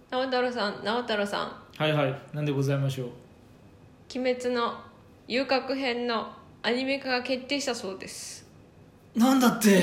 直太朗さんはいはい、なんでございましょう。 鬼滅の遊郭編のアニメ化が決定したそうです。 なんだって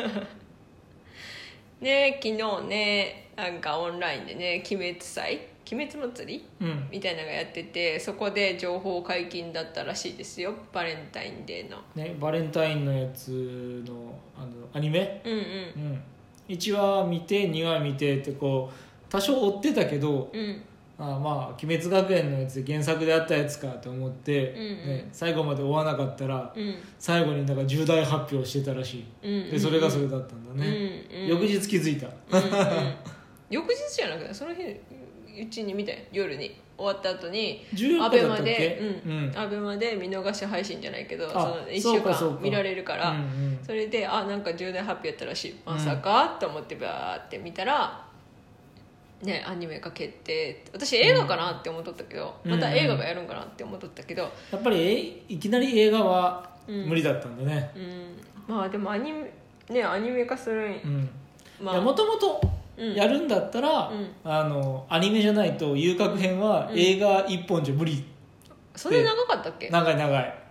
ね、昨日ね、なんかオンラインでね、鬼滅祭り、みたいなのがやってて、そこで情報解禁だったらしいですよ。バレンタインデーのね、バレンタインのやつのアニメ、1話見て2話見てってこう多少追ってたけど、まあ鬼滅学園のやつで原作であったやつかと思って、ね、最後まで追わなかったら、最後になんか重大発表してたらしい、でそれがそれだったんだね、翌日気づいた、 翌日じゃなくてその日うちに見たよ。夜に終わった後に 14 アベ日だったっけ。 マで、アベマで見逃し配信じゃないけど、その1週間見られるから、それでなんか重大発表やったらしい、まさか、と思ってバーって見たらね、アニメ化決定。私映画かなって思っとったけど、また映画がやるんかなって思っとったけど、 やっぱりいきなり映画は無理だったんだね。 まあでもアニメ化するもともとやるんだったら、アニメじゃないと遊郭編は映画1本じゃ無理、 それ長かったっけ。 長い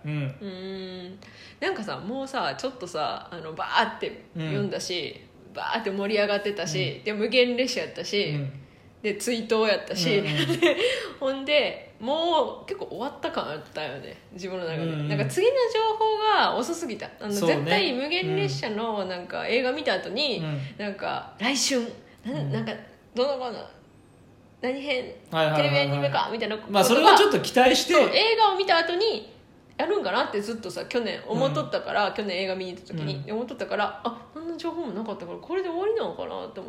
なんかさ、もうさちょっとさバーって読んだし、バーって盛り上がってたし、で無限列車やったし、で追悼やったし、ほんでもう結構終わった感あったよね、自分の中で、なんか次の情報が遅すぎた。絶対無限列車のなんか映画見た後に、なんか来春なんかどの子の何編、テレビアニメかみたいなことが、 それはちょっと期待して、 映画を見た後にやるんかなってずっとさ去年思っとったから、去年映画見に行った時に思っとったから、何の情報もなかったからこれで終わりなのかなと思って、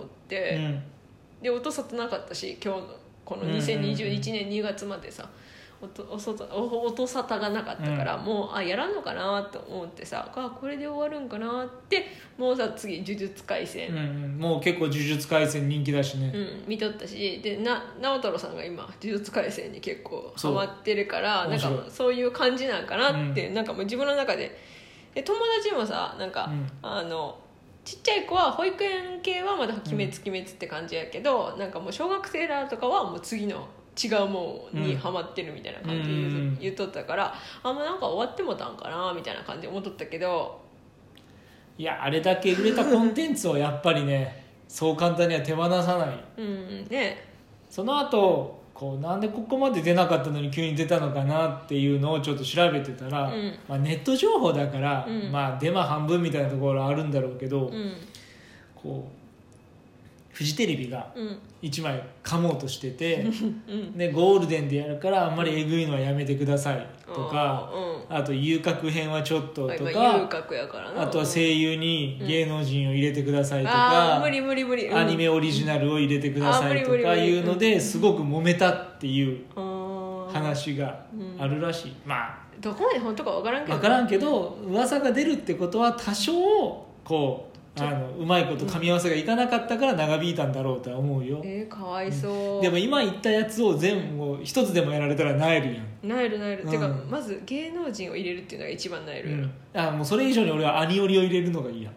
で音沙汰なかったし、今日のこの2021年2月までさ音沙汰がなかったから、もうやらんのかなと思ってさ、これで終わるんかなって。もうさ次呪術廻戦、 もう結構呪術廻戦人気だしね、 見とったし、で直太朗さんが今呪術廻戦に結構ハマってるから、なんかそういう感じなんかなって、なんかもう自分の中で友達もさ、なんか、ちっちゃい子は保育園系はまだ鬼滅って感じやけど、なんかもう小学生らとかはもう次の違うものにハマってるみたいな感じで言っとったから、もうなんか終わってもたんかなみたいな感じで思っとったけど、 いやあれだけ売れたコンテンツをやっぱりねそう簡単には手放さない、 ね、 その後なんでここまで出なかったのに急に出たのかなっていうのをちょっと調べてたら、ネット情報だから、デマ半分みたいなところあるんだろうけど、フジテレビが1枚噛もうとしてて、でゴールデンでやるからあんまりえぐいのはやめてくださいとか、あと遊郭編はちょっととか、 遊郭やからな、 あとは声優に芸能人を入れてくださいとか、 無理、 アニメオリジナルを入れてくださいとかいうのですごく揉めたっていう話があるらしい。 どこまで本当か分からんけど、噂が出るってことは多少うまいこと噛み合わせがいかなかったから長引いたんだろうとは思うよ。 かわいそう、 でも今言ったやつを全部一つでもやられたらなえるやん。 なえる、てかまず芸能人を入れるっていうのが一番なえるよ、 もうそれ以上に俺はアニオリを入れるのがいいやん。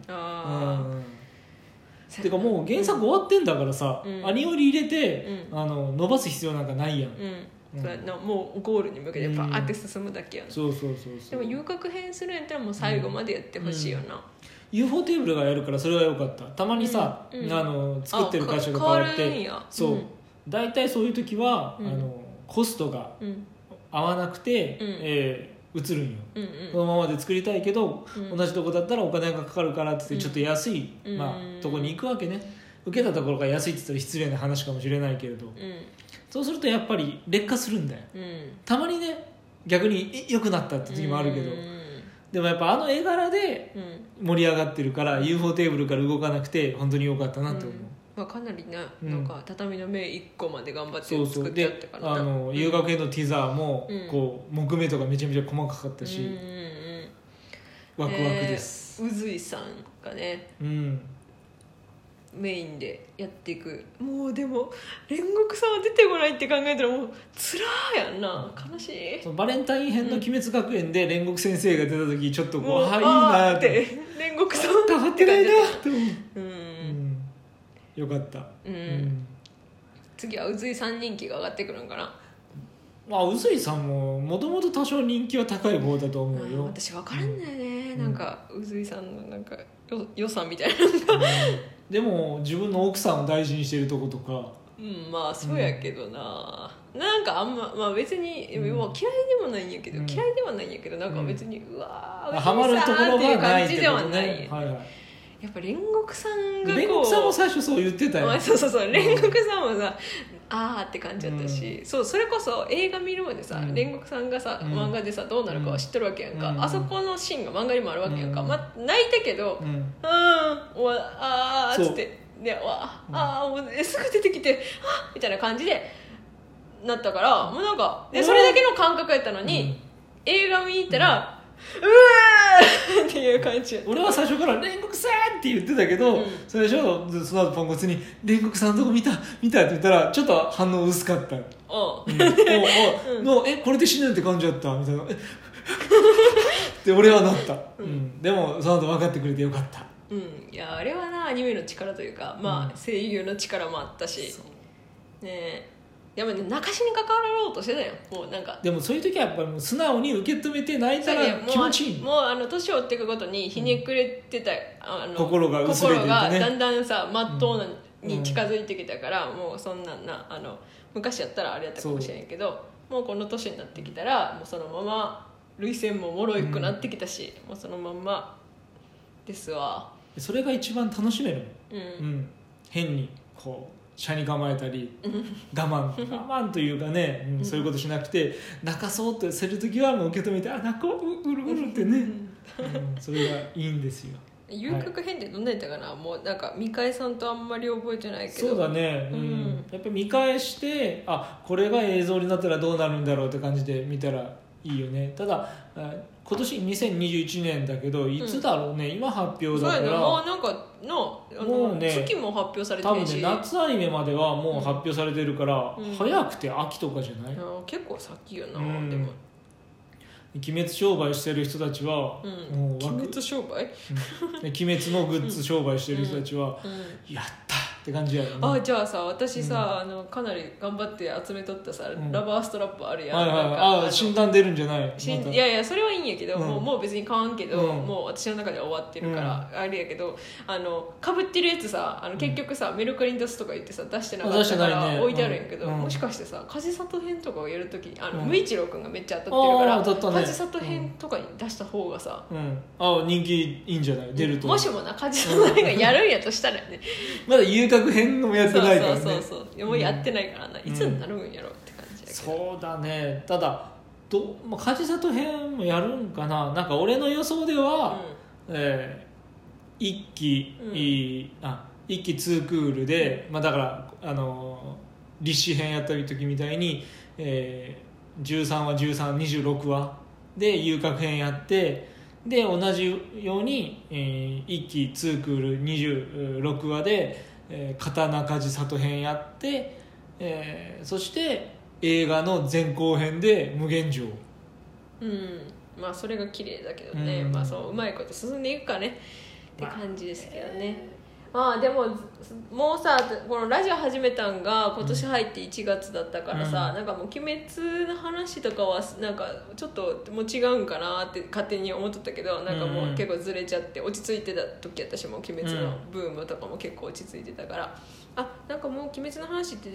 てかもう原作終わってんだからさ、アニオリ入れて、伸ばす必要なんかないやん。もうゴールに向けてバーって進むだけやん。 そうでも遊郭編するんやったらもう最後までやってほしいよな。 UFO テーブルがやるからそれは良かった。たまにさ、作ってる会社が変わって、だいたいそういう時は、コストが合わなくて、移るんよ、このままで作りたいけど、同じとこだったらお金がかかるからって言ってちょっと安い、とこに行くわけね。受けたところが安いって言ったら失礼な話かもしれないけれど、そうするとやっぱり劣化するんだよ、たまにね。逆に良くなったって時もあるけど、でもやっぱ絵柄で盛り上がってるから、UFO テーブルから動かなくて本当に良かったなって思う、 かなりね、なんか畳の目1個まで頑張って作ってやったからな。 遊楽園のティザーも木目とかめちゃめちゃ細かかったし、ワクワクです。 うずいさんがね、メインでやっていく。もうでも煉獄さんは出てこないって考えたらもうつらーやんな、悲しい。 バレンタイン編の鬼滅学園で煉獄先生が出た時ちょっといいなって煉獄さん変わってないなって思う。よかった、 次は宇津井さん人気が上がってくるんかな。 まあ宇津井さんももともと多少人気は高い方だと思うよ。 私分からんだよね、なんか宇津井さんのなんか良さみたいなでも自分の奥さんを大事にしてるとことか、 まあそうやけどな、なんかあんま、まあ別に、もう嫌いでもないんやけど、嫌いではないんやけど、なんか別に、うわーハマるところがないってことね。 感じではない、 はいはい、 やっぱ煉獄さんがこう、 煉獄さんも最初そう言ってたよ、 そう煉獄さんもさあーって感じだったし、そうそれこそ映画見るまでさ、煉獄さんがさ、漫画でさどうなるかは知ってるわけやんか、あそこのシーンが漫画にもあるわけやんか、泣いたけどあーっつってでもうすぐ出てきてみたいな感じでなったから、もうなんかでそれだけの感覚やったのに、映画見に行ったらうわーっていう感じ。 俺は最初から煉獄さんって言ってたけど、最初その後ポンコツに煉獄さんのとこ見たって言ったらちょっと反応薄かった。これで死ぬって感じだったみたいなって俺はなった、でもその後分かってくれてよかった。 いやあれはなアニメの力というか、まあ声優の力もあったしねえ、でもね泣かしに関わろうとしてたよ。もうなんかでもそういう時はやっぱりもう素直に受け止めて泣いたら気持ちいい。 もう年を追っていくごとにひねくれてた、 心が薄れていくね。 心がだんだんさまっとうに近づいてきたから、もうそんなんな昔やったらあれやったかもしれんけど、もうこの年になってきたらもうそのまま涙腺ももろくなってきたし、もうそのまんまですわ。 それが一番楽しめる、変にこう車に構えたり我慢というかね、そういうことしなくて泣かそうとするときはもう受け止めて泣こううるうるってね、それがいいんですよ。 遊郭編ってどんなやったかな、もうなんか見返さんとあんまり覚えてないけど。 そうだね、やっぱり見返してこれが映像になったらどうなるんだろうって感じで見たらいいよね。ただ今年2021年だけどいつだろうね、今発表だから、 もうなんかもうね月も発表されてるし、 多分ね夏アニメまではもう発表されてるから、早くて秋とかじゃない？ 結構先よな、でも鬼滅商売してる人たちは、もう鬼滅商売、 鬼滅のグッズ商売してる人たちは、やったって感じやよね。 じゃあさ私さ、かなり頑張って集めとったさ、ラバーストラップあるやん、 診断出るんじゃない？ いやいやそれはいいんやけど、もう別に買わんけど、もう私の中では終わってるから、あれやけどかぶってるやつさ結局さ、メルカリに出すとか言ってさ出してなかったから置いてあるんやけど、もしかしてさ梶里編とかをやるとき無一郎くんがめっちゃ当たってるから梶里編とかに出した方がさ、 人気いいんじゃない？出るともしもな梶里編がやるんやとしたらねまだ遊郭編もやってないからね。 そうもうやってないからな、いつになるんやろって感じやけど、 そうだね。ただ梶里編もやるんかな。なんか俺の予想では、一期2クールで、だから立志編やった時みたいに、13話1326話で遊郭編やって、で同じように、1期2クール26話で、刀鍛冶里編やって、そして映画の前後編で無限城、 まあそれが綺麗だけどね、そううまいこと進んでいくかねって感じですけどね。でももうさこのラジオ始めたんが今年入って1月だったからさ、なんかもう鬼滅の話とかはなんかちょっともう違うんかなって勝手に思っとったけど、なんかもう結構ずれちゃって落ち着いてた時やったし、もう鬼滅のブームとかも結構落ち着いてたから、なんかもう鬼滅の話って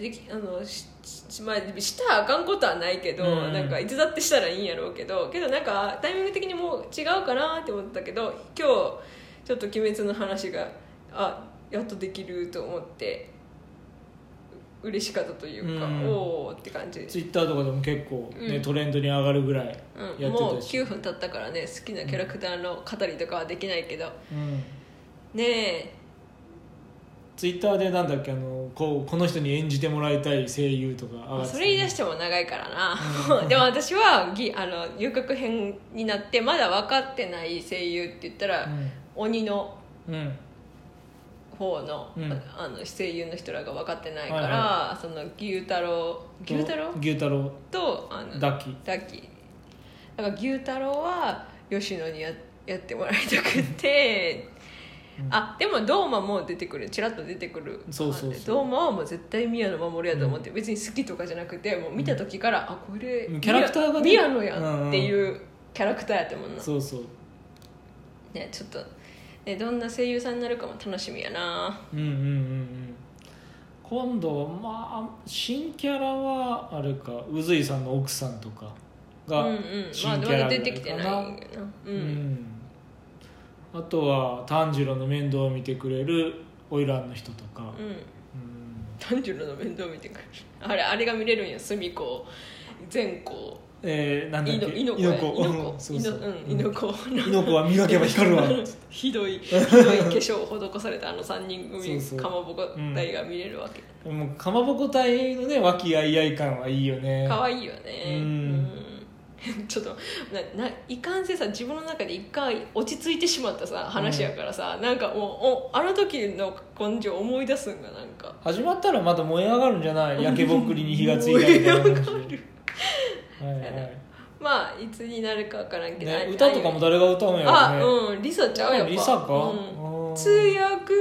したらあかんことはないけど、なんかいつだってしたらいいんやろうけどなんかタイミング的にもう違うかなって思ったけど、今日ちょっと鬼滅の話がやっとできると思って嬉しかったというか、おーって感じ。 ツイッターとかでも結構、トレンドに上がるぐらいやってたし、 もう9分経ったからね、好きなキャラクターの語りとかはできないけど、ねえツイッターでなんだっけこの人に演じてもらいたい声優とか上がってた、 それ言い出しても長いからな、でも私は遊郭編になってまだ分かってない声優って言ったら、鬼の方の、声優の人らが分かってないから、その牛太郎とダッキだから牛太郎は吉野にやってもらいたくてあでもドーマも出てくる、ちらっと出てくる。 そうそうそう、 ドーマはもう絶対宮野真守やと思って、別に好きとかじゃなくてもう見た時から、あこれキャラクターがね宮野やんっていうキャラクターやったもんな。 そうそうね、ちょっと、ね、どんな声優さんになるかも楽しみやな。 今度まあ新キャラはあれか、宇髄さんの奥さんとかが新キャラになるかな。 まあ出てきてないんやな。 あとは炭治郎の面倒を見てくれる花魁の人とか、 炭治郎の面倒見てくれる、あれが見れるんや。隅子善子、 なんだっけ、 猪子は磨けば光るわひどい化粧を施されたあの3人組かまぼこ隊が見れるわけ。 もうかまぼこ隊のね和気あいあい感はいいよね。 かわいいよね。ちょっといかんせさ、自分の中で一回落ち着いてしまったさ話やからさ、なんかもうあの時の根性思い出すんが、なんか始まったらまた燃え上がるんじゃない、焼けぼっくりに火がついたみたいな話まあいつになるか分からんけど、 ね、歌とかも誰が歌うんやろね。 リサちゃうやっぱ。 リサか、 強く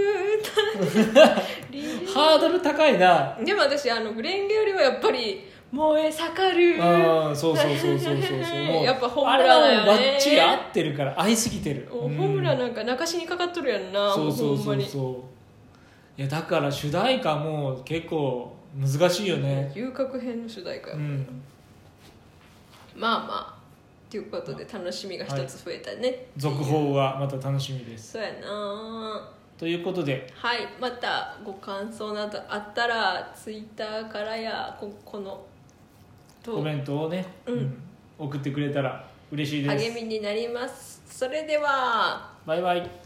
ハードル高いな。 でも私レンゲよりはやっぱり燃え盛る。 そうやっぱホムラだよね。 あれはもうバッチリ合ってるから、合いすぎてる。 ホムラなんか中しにかかっとるやんな。 そういやだから主題歌も結構難しいよね。 遊郭編の主題歌やもん、まあまあということで楽しみが一つ増えたね、 続報はまた楽しみです。 そうやな。 ということで、 はい、またご感想などあったらツイッターからやこのコメントをね、送ってくれたら嬉しいです。 励みになります。それではバイバイ。